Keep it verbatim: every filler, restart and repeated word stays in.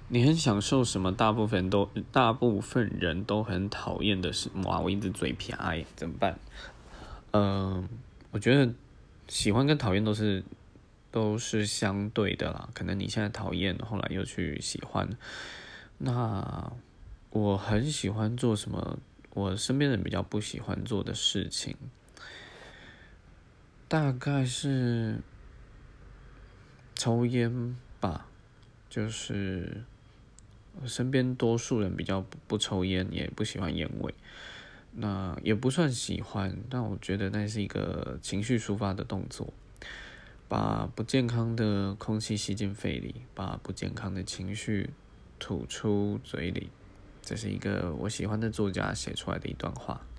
你很享受什么？大部分都大部分人都很讨厌的是，哇，我一直嘴撇，哎，怎么办？嗯、呃，我觉得喜欢跟讨厌都是都是相对的啦。可能你现在讨厌，后来又去喜欢。那我很喜欢做什么？我身边人比较不喜欢做的事情，大概是抽烟吧，就是。我身边多数人比较不不抽烟，也不喜欢烟味，那也不算喜欢，但我觉得那是一个情绪抒发的动作，把不健康的空气吸进肺里，把不健康的情绪吐出嘴里，这是一个我喜欢的作家写出来的一段话。